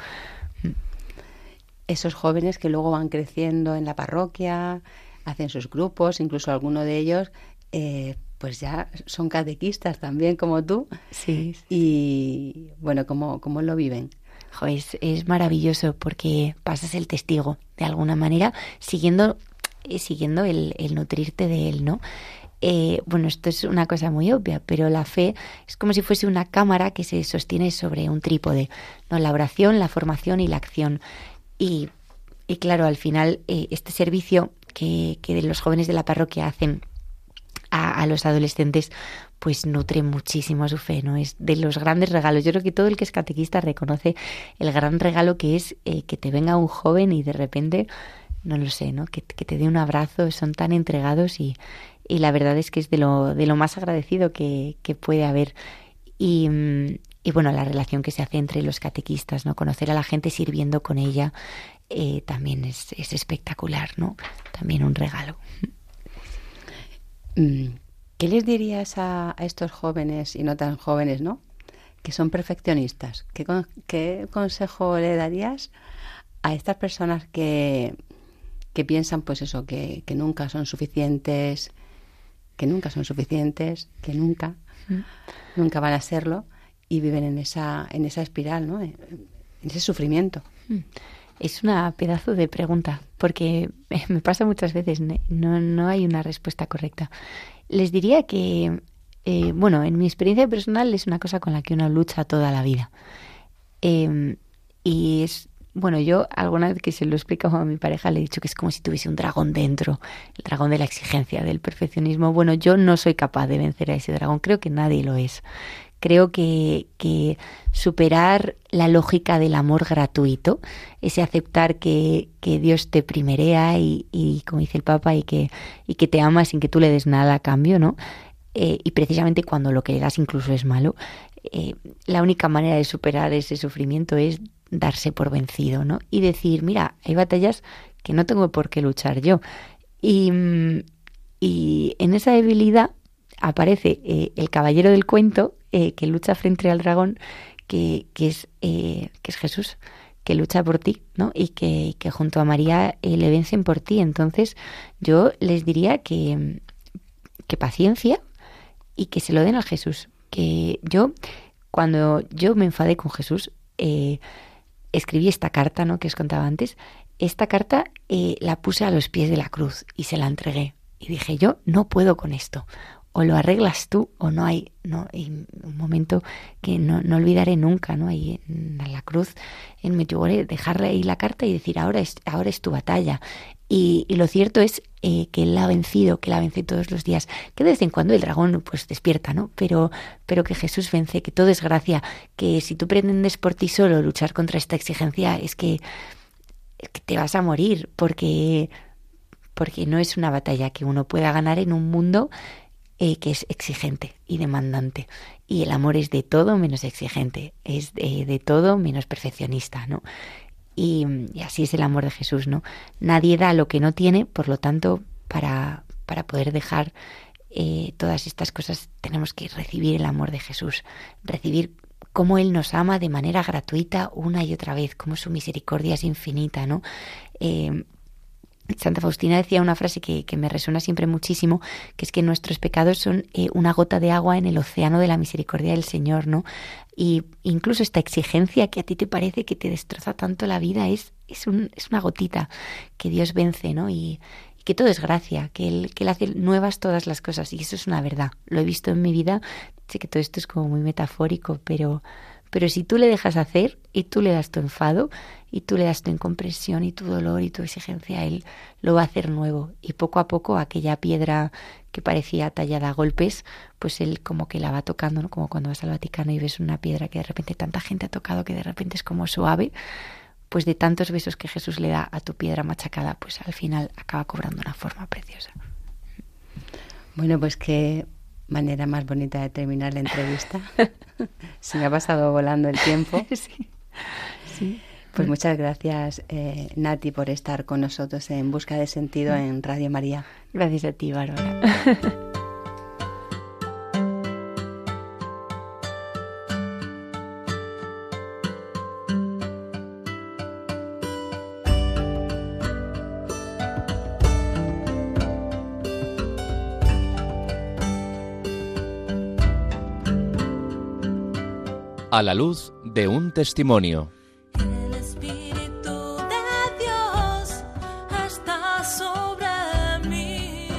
Esos jóvenes que luego van creciendo en la parroquia, hacen sus grupos, incluso alguno de ellos, eh, pues ya son catequistas también como tú. Sí. Y bueno, ¿cómo, cómo lo viven? Jo, es, es maravilloso porque pasas el testigo de alguna manera, siguiendo, eh, siguiendo el, el nutrirte de él, ¿no? Eh, bueno, esto es una cosa muy obvia, pero la fe es como si fuese una cámara que se sostiene sobre un trípode, ¿no? La oración, la formación y la acción. Y, y claro, al final eh, este servicio que, que los jóvenes de la parroquia hacen a, a los adolescentes, pues nutre muchísimo su fe, ¿no? Es de los grandes regalos. Yo creo que todo el que es catequista reconoce el gran regalo que es eh, que te venga un joven y de repente, no lo sé, ¿no? Que, que te dé un abrazo, son tan entregados y, y la verdad es que es de lo, de lo más agradecido que, que puede haber. Y, y bueno, la relación que se hace entre los catequistas, ¿no? Conocer a la gente sirviendo con ella eh, también es, es espectacular, ¿no? También un regalo. ¿Qué les dirías a, a estos jóvenes y no tan jóvenes, ¿no? Que son perfeccionistas. ¿Qué, con, qué consejo le darías a estas personas que, que piensan, pues eso, que, que nunca son suficientes, que nunca son suficientes, que nunca, mm. nunca van a serlo y viven en esa, en esa espiral, ¿no? En ese sufrimiento. Mm. Es una pedazo de pregunta, porque me pasa muchas veces, no, no hay una respuesta correcta. Les diría que, eh, bueno, en mi experiencia personal es una cosa con la que uno lucha toda la vida. Eh, y es, bueno, yo alguna vez que se lo he explicado a mi pareja le he dicho que es como si tuviese un dragón dentro, el dragón de la exigencia, del perfeccionismo. Bueno, yo no soy capaz de vencer a ese dragón, creo que nadie lo es. Creo que, que superar la lógica del amor gratuito, ese aceptar que, que Dios te primerea y, y, como dice el Papa, y que, y que te ama sin que tú le des nada a cambio, ¿no? Eh, y precisamente cuando lo que le das incluso es malo, eh, la única manera de superar ese sufrimiento es darse por vencido, ¿no? Y decir, mira, hay batallas que no tengo por qué luchar yo. Y, y en esa debilidad aparece eh, el caballero del cuento eh, que lucha frente al dragón, que, que, es, eh, que es Jesús, que lucha por ti, ¿no? Y que, que junto a María eh, le vencen por ti. Entonces yo les diría que, que paciencia y que se lo den a Jesús. Que yo, cuando yo me enfadé con Jesús, eh, escribí esta carta, ¿no? Que os contaba antes. Esta carta eh, la puse a los pies de la cruz y se la entregué. Y dije, yo no puedo con esto. O lo arreglas tú o no hay, no hay un momento que no, no olvidaré nunca, ¿no? Ahí en la cruz, en Medjugorje, dejarle ahí la carta y decir, ahora es, ahora es tu batalla. Y, y lo cierto es eh, que él la ha vencido, que la vence todos los días. Que de vez en cuando el dragón pues despierta, ¿no? Pero, pero que Jesús vence, que todo es gracia, que si tú pretendes por ti solo luchar contra esta exigencia, es que, es que te vas a morir, porque, porque no es una batalla que uno pueda ganar en un mundo Eh, que es exigente y demandante, y el amor es de todo menos exigente, es de, de todo menos perfeccionista, ¿no? Y, y así es el amor de Jesús, ¿no? Nadie da lo que no tiene, por lo tanto, para, para poder dejar eh, todas estas cosas tenemos que recibir el amor de Jesús, recibir cómo Él nos ama de manera gratuita una y otra vez, cómo su misericordia es infinita, ¿no? Eh, Santa Faustina decía una frase que, que me resuena siempre muchísimo, que es que nuestros pecados son eh, una gota de agua en el océano de la misericordia del Señor, ¿no? Y incluso esta exigencia que a ti te parece que te destroza tanto la vida es, es, un, es una gotita que Dios vence, ¿no? Y, y que todo es gracia, que él, que él hace nuevas todas las cosas, y eso es una verdad. Lo he visto en mi vida, sé que todo esto es como muy metafórico, pero... Pero si tú le dejas hacer y tú le das tu enfado y tú le das tu incomprensión y tu dolor y tu exigencia, Él lo va a hacer nuevo. Y poco a poco aquella piedra que parecía tallada a golpes, pues Él como que la va tocando, ¿no? Como cuando vas al Vaticano y ves una piedra que de repente tanta gente ha tocado que de repente es como suave, pues de tantos besos que Jesús le da a tu piedra machacada, pues al final acaba cobrando una forma preciosa. Bueno, pues que... manera más bonita de terminar la entrevista. Se me ha pasado volando el tiempo. Sí. Sí. Pues muchas gracias, eh, Nati, por estar con nosotros en Busca de Sentido en Radio María. Gracias a ti, Bárbara. A la luz de un testimonio. El Espíritu de Dios está sobre mí.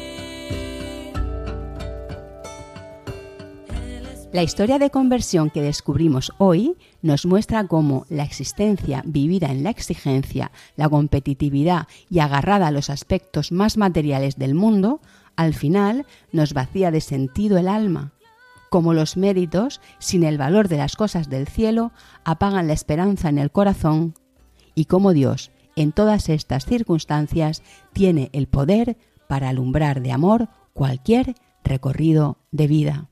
La historia de conversión que descubrimos hoy nos muestra cómo la existencia vivida en la exigencia, la competitividad y agarrada a los aspectos más materiales del mundo, al final nos vacía de sentido el alma. Como los méritos, sin el valor de las cosas del cielo, apagan la esperanza en el corazón, y como Dios, en todas estas circunstancias, tiene el poder para alumbrar de amor cualquier recorrido de vida.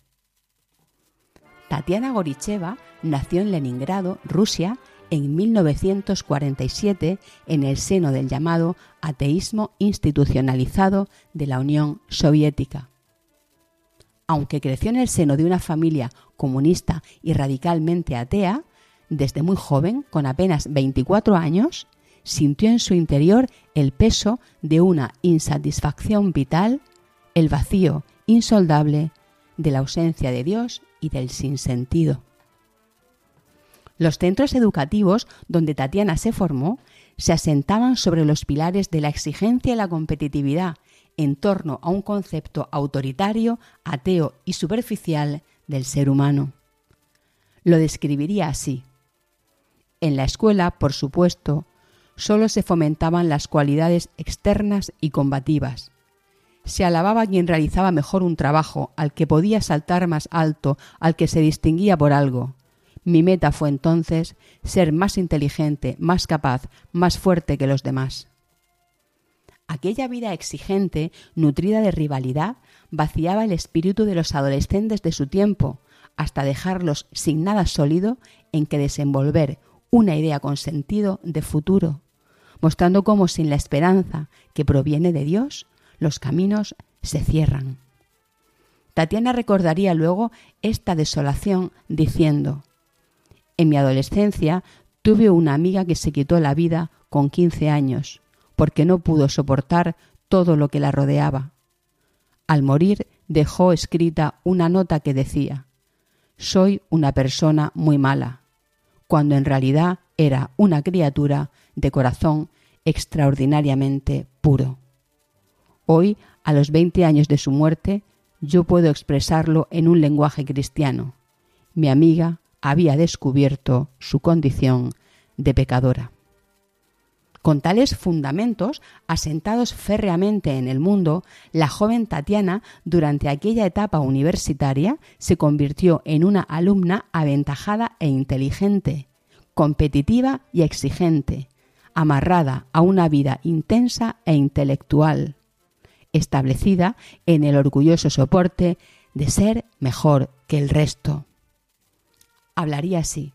Tatiana Goricheva nació en Leningrado, Rusia, en mil novecientos cuarenta y siete, en el seno del llamado ateísmo institucionalizado de la Unión Soviética. Aunque creció en el seno de una familia comunista y radicalmente atea, desde muy joven, con apenas veinticuatro años, sintió en su interior el peso de una insatisfacción vital, el vacío insoldable de la ausencia de Dios y del sinsentido. Los centros educativos donde Tatiana se formó se asentaban sobre los pilares de la exigencia y la competitividad, en torno a un concepto autoritario, ateo y superficial del ser humano. Lo describiría así. En la escuela, por supuesto, solo se fomentaban las cualidades externas y combativas. Se alababa a quien realizaba mejor un trabajo, al que podía saltar más alto, al que se distinguía por algo. Mi meta fue entonces ser más inteligente, más capaz, más fuerte que los demás. Aquella vida exigente, nutrida de rivalidad, vaciaba el espíritu de los adolescentes de su tiempo, hasta dejarlos sin nada sólido en que desenvolver una idea con sentido de futuro, mostrando cómo sin la esperanza que proviene de Dios, los caminos se cierran. Tatiana recordaría luego esta desolación diciendo: en mi adolescencia tuve una amiga que se quitó la vida con quince años, porque no pudo soportar todo lo que la rodeaba. Al morir dejó escrita una nota que decía: soy una persona muy mala, cuando en realidad era una criatura de corazón extraordinariamente puro. Hoy, a los veinte años de su muerte, yo puedo expresarlo en un lenguaje cristiano. Mi amiga había descubierto su condición de pecadora. Con tales fundamentos, asentados férreamente en el mundo, la joven Tatiana, durante aquella etapa universitaria, se convirtió en una alumna aventajada e inteligente, competitiva y exigente, amarrada a una vida intensa e intelectual, establecida en el orgulloso soporte de ser mejor que el resto. Hablaría así: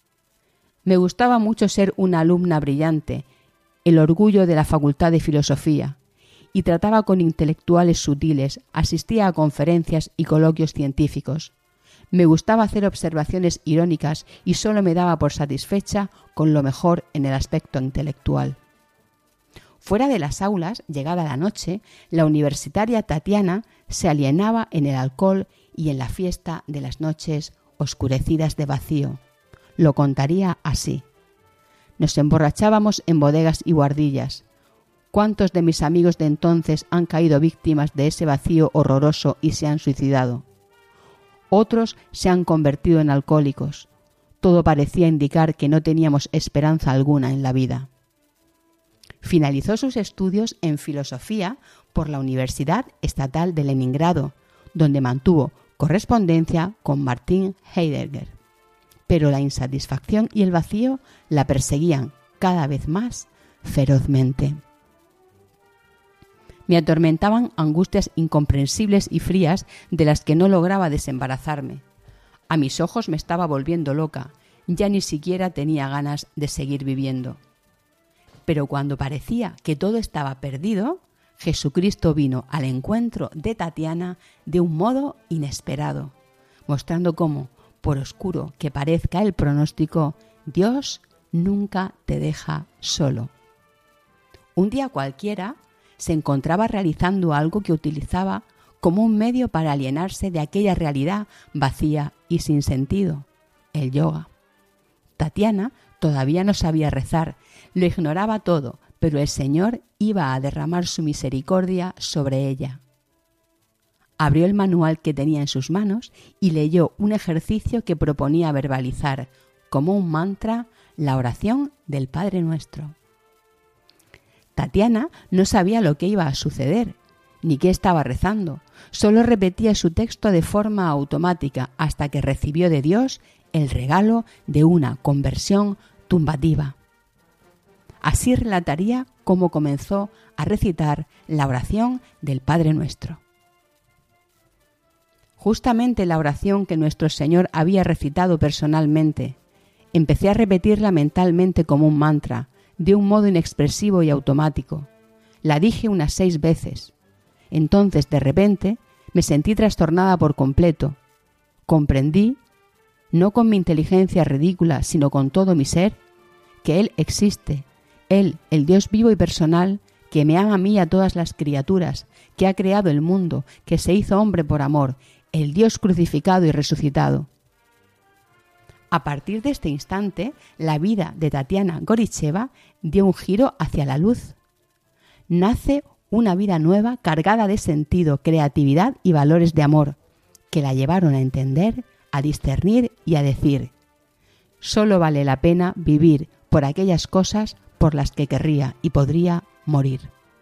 me gustaba mucho ser una alumna brillante, el orgullo de la Facultad de Filosofía, y trataba con intelectuales sutiles, asistía a conferencias y coloquios científicos. Me gustaba hacer observaciones irónicas y solo me daba por satisfecha con lo mejor en el aspecto intelectual. Fuera de las aulas, llegada la noche, la universitaria Tatiana se alienaba en el alcohol y en la fiesta de las noches oscurecidas de vacío. Lo contaría así: nos emborrachábamos en bodegas y guardillas. ¿Cuántos de mis amigos de entonces han caído víctimas de ese vacío horroroso y se han suicidado? Otros se han convertido en alcohólicos. Todo parecía indicar que no teníamos esperanza alguna en la vida. Finalizó sus estudios en filosofía por la Universidad Estatal de Leningrado, donde mantuvo correspondencia con Martin Heidegger. Pero la insatisfacción y el vacío la perseguían cada vez más ferozmente. Me atormentaban angustias incomprensibles y frías de las que no lograba desembarazarme. A mis ojos me estaba volviendo loca, ya ni siquiera tenía ganas de seguir viviendo. Pero cuando parecía que todo estaba perdido, Jesucristo vino al encuentro de Tatiana de un modo inesperado, mostrando cómo, por oscuro que parezca el pronóstico, Dios nunca te deja solo. Un día cualquiera se encontraba realizando algo que utilizaba como un medio para alienarse de aquella realidad vacía y sin sentido, el yoga. Tatiana todavía no sabía rezar, lo ignoraba todo, pero el Señor iba a derramar su misericordia sobre ella. Abrió el manual que tenía en sus manos y leyó un ejercicio que proponía verbalizar, como un mantra, la oración del Padre Nuestro. Tatiana no sabía lo que iba a suceder, ni qué estaba rezando, solo repetía su texto de forma automática hasta que recibió de Dios el regalo de una conversión tumbativa. Así relataría cómo comenzó a recitar la oración del Padre Nuestro. Justamente la oración que nuestro Señor había recitado personalmente, empecé a repetirla mentalmente como un mantra, de un modo inexpresivo y automático. La dije unas seis veces. Entonces, de repente, me sentí trastornada por completo. Comprendí, no con mi inteligencia ridícula, sino con todo mi ser, que Él existe, Él, el Dios vivo y personal, que me ama a mí y a todas las criaturas, que ha creado el mundo, que se hizo hombre por amor, el Dios crucificado y resucitado. A partir de este instante, la vida de Tatiana Goricheva dio un giro hacia la luz. Nace una vida nueva cargada de sentido, creatividad y valores de amor, que la llevaron a entender, a discernir y a decir: solo vale la pena vivir por aquellas cosas por las que querría y podría morir.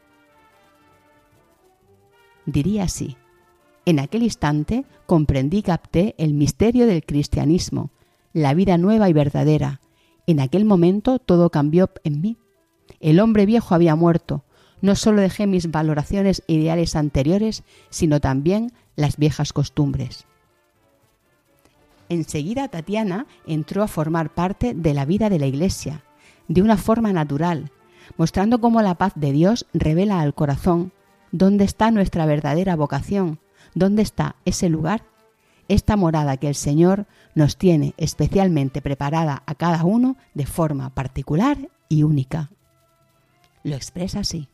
Diría así: en aquel instante comprendí y capté el misterio del cristianismo, la vida nueva y verdadera. En aquel momento todo cambió en mí. El hombre viejo había muerto. No solo dejé mis valoraciones e ideales anteriores, sino también las viejas costumbres. Enseguida Tatiana entró a formar parte de la vida de la Iglesia, de una forma natural, mostrando cómo la paz de Dios revela al corazón dónde está nuestra verdadera vocación, dónde está ese lugar, esta morada que el Señor nos tiene especialmente preparada a cada uno de forma particular y única. Lo expresa así: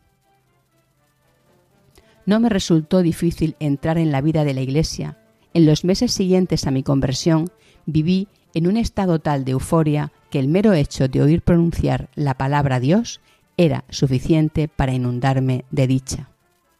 no me resultó difícil entrar en la vida de la Iglesia. En los meses siguientes a mi conversión, viví en un estado tal de euforia que el mero hecho de oír pronunciar la palabra Dios era suficiente para inundarme de dicha.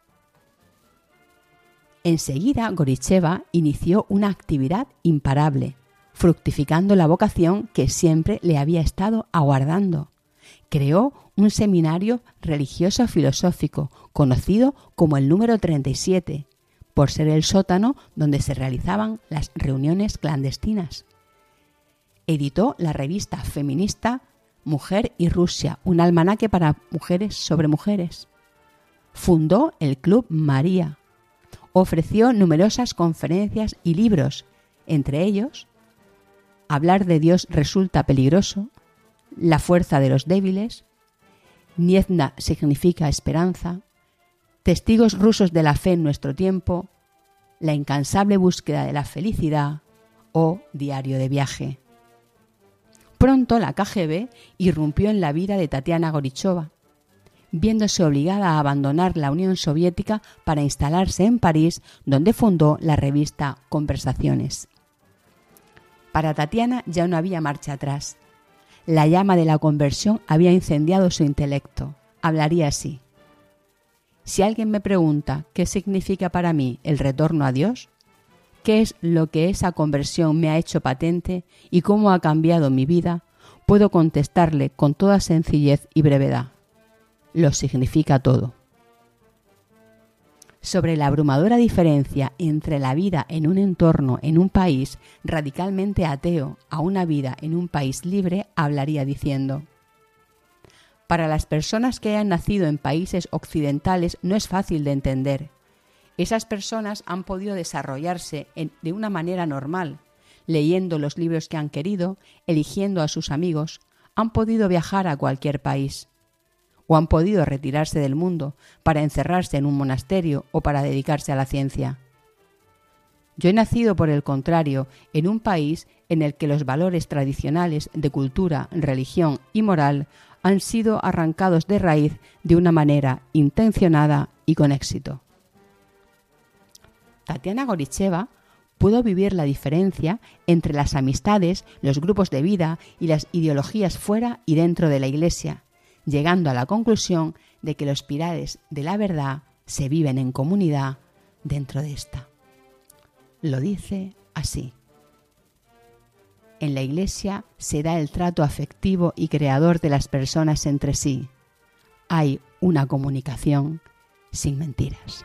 Enseguida, Goricheva inició una actividad imparable, fructificando la vocación que siempre le había estado aguardando. Creó un seminario religioso-filosófico, conocido como el número treinta y siete, por ser el sótano donde se realizaban las reuniones clandestinas. Editó la revista feminista Mujer y Rusia, un almanaque para mujeres sobre mujeres. Fundó el Club María. Ofreció numerosas conferencias y libros, entre ellos Hablar de Dios resulta peligroso, La fuerza de los débiles, Niezhda significa esperanza, Testigos rusos de la fe en nuestro tiempo, La incansable búsqueda de la felicidad o Diario de viaje. Pronto la K G B irrumpió en la vida de Tatiana Goricheva, viéndose obligada a abandonar la Unión Soviética para instalarse en París, donde fundó la revista Conversaciones. Para Tatiana ya no había marcha atrás. La llama de la conversión había incendiado su intelecto. Hablaría así: si alguien me pregunta qué significa para mí el retorno a Dios, qué es lo que esa conversión me ha hecho patente y cómo ha cambiado mi vida, puedo contestarle con toda sencillez y brevedad: lo significa todo. Sobre la abrumadora diferencia entre la vida en un entorno, en un país radicalmente ateo, a una vida en un país libre, hablaría diciendo: para las personas que hayan nacido en países occidentales no es fácil de entender. Esas personas han podido desarrollarse en, de una manera normal, leyendo los libros que han querido, eligiendo a sus amigos, han podido viajar a cualquier país. o han podido retirarse del mundo para encerrarse en un monasterio o para dedicarse a la ciencia. Yo he nacido, por el contrario, en un país en el que los valores tradicionales de cultura, religión y moral han sido arrancados de raíz de una manera intencionada y con éxito. Tatiana Goricheva pudo vivir la diferencia entre las amistades, los grupos de vida y las ideologías fuera y dentro de la Iglesia, llegando a la conclusión de que los pilares de la verdad se viven en comunidad dentro de esta. Lo dice así: en la Iglesia se da el trato afectivo y creador de las personas entre sí. Hay una comunicación sin mentiras.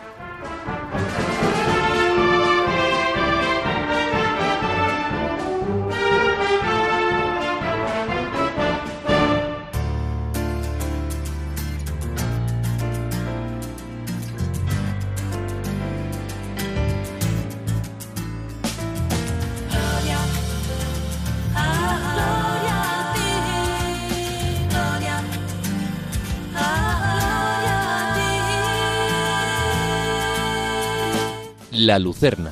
La Lucerna.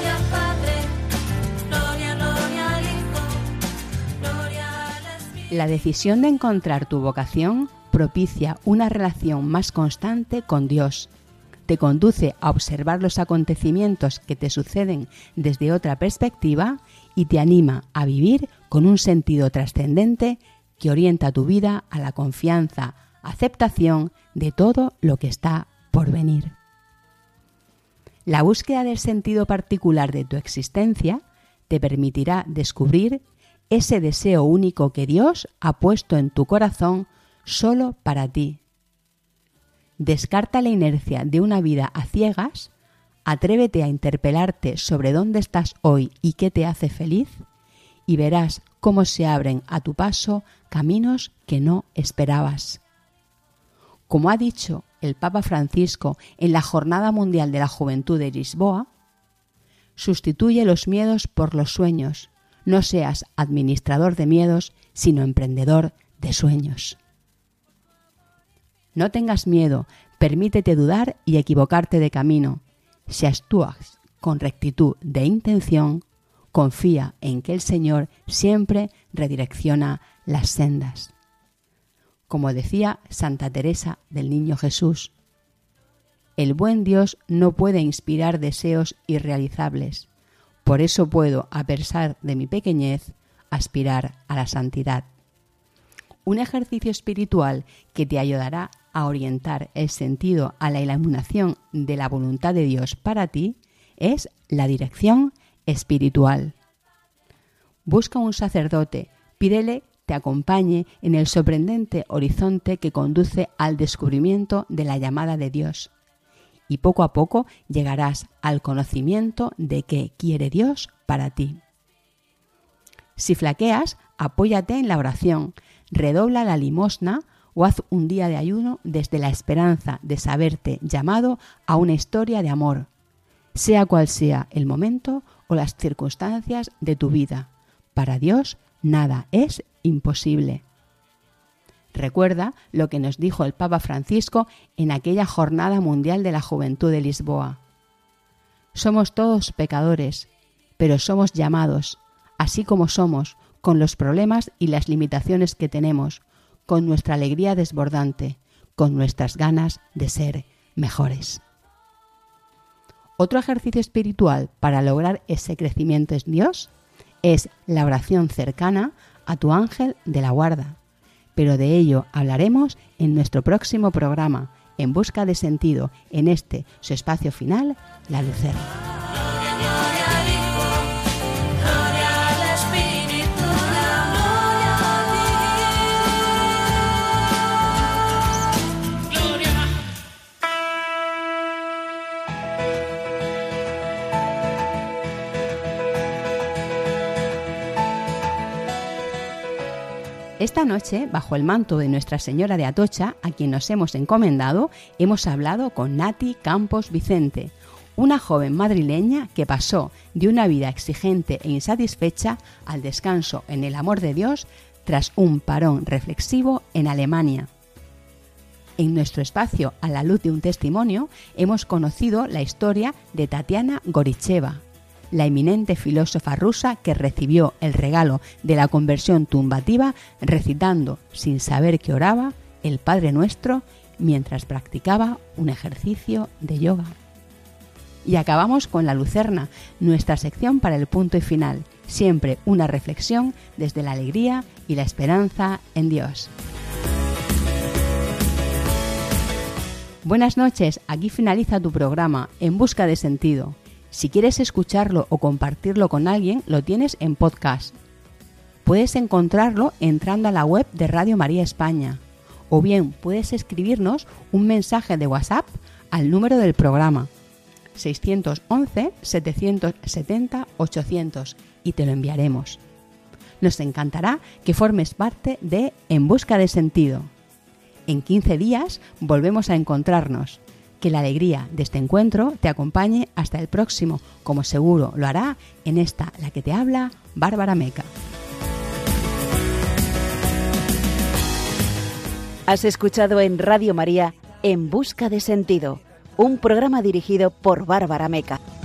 La decisión de encontrar tu vocación propicia una relación más constante con Dios. Te conduce a observar los acontecimientos que te suceden desde otra perspectiva y te anima a vivir con un sentido trascendente que orienta tu vida a la confianza, aceptación de todo lo que está por venir. La búsqueda del sentido particular de tu existencia te permitirá descubrir ese deseo único que Dios ha puesto en tu corazón solo para ti. Descarta la inercia de una vida a ciegas, atrévete a interpelarte sobre dónde estás hoy y qué te hace feliz, y verás cómo se abren a tu paso caminos que no esperabas. Como ha dicho el Papa Francisco en la Jornada Mundial de la Juventud de Lisboa, sustituye los miedos por los sueños. No seas administrador de miedos, sino emprendedor de sueños. No tengas miedo, permítete dudar y equivocarte de camino. Si actúas con rectitud de intención, confía en que el Señor siempre redirecciona las sendas. Como decía Santa Teresa del Niño Jesús, el buen Dios no puede inspirar deseos irrealizables. Por eso puedo, a pesar de mi pequeñez, aspirar a la santidad. Un ejercicio espiritual que te ayudará a orientar el sentido a la iluminación de la voluntad de Dios para ti es la dirección espiritual. Busca un sacerdote, pídele te acompañe en el sorprendente horizonte que conduce al descubrimiento de la llamada de Dios. Y poco a poco llegarás al conocimiento de qué quiere Dios para ti. Si flaqueas, apóyate en la oración, redobla la limosna o haz un día de ayuno desde la esperanza de saberte llamado a una historia de amor, sea cual sea el momento o las circunstancias de tu vida. Para Dios nada es imposible. Recuerda lo que nos dijo el Papa Francisco en aquella Jornada Mundial de la Juventud de Lisboa. Somos todos pecadores, pero somos llamados, así como somos, con los problemas y las limitaciones que tenemos, con nuestra alegría desbordante, con nuestras ganas de ser mejores. Otro ejercicio espiritual para lograr ese crecimiento en Dios es la oración cercana a tu ángel de la guarda. Pero de ello hablaremos en nuestro próximo programa, En Busca de Sentido, en este, su espacio final, La Lucerna. Esta noche, bajo el manto de Nuestra Señora de Atocha, a quien nos hemos encomendado, hemos hablado con Nati Campos Vicente, una joven madrileña que pasó de una vida exigente e insatisfecha al descanso en el amor de Dios tras un parón reflexivo en Alemania. En nuestro espacio A la luz de un testimonio hemos conocido la historia de Tatiana Goricheva, la eminente filósofa rusa que recibió el regalo de la conversión tumbativa recitando, sin saber que oraba, el Padre Nuestro mientras practicaba un ejercicio de yoga. Y acabamos con La Lucerna, nuestra sección para el punto y final, siempre una reflexión desde la alegría y la esperanza en Dios. Buenas noches, aquí finaliza tu programa En Busca de Sentido. Si quieres escucharlo o compartirlo con alguien, lo tienes en podcast. Puedes encontrarlo entrando a la web de Radio María España, o bien puedes escribirnos un mensaje de WhatsApp al número del programa seiscientos once, setecientos setenta, ochocientos y te lo enviaremos. Nos encantará que formes parte de En Busca de Sentido. En quince días volvemos a encontrarnos. Que la alegría de este encuentro te acompañe hasta el próximo, como seguro lo hará en esta, la que te habla, Bárbara Meca. Has escuchado en Radio María En Busca de Sentido, un programa dirigido por Bárbara Meca.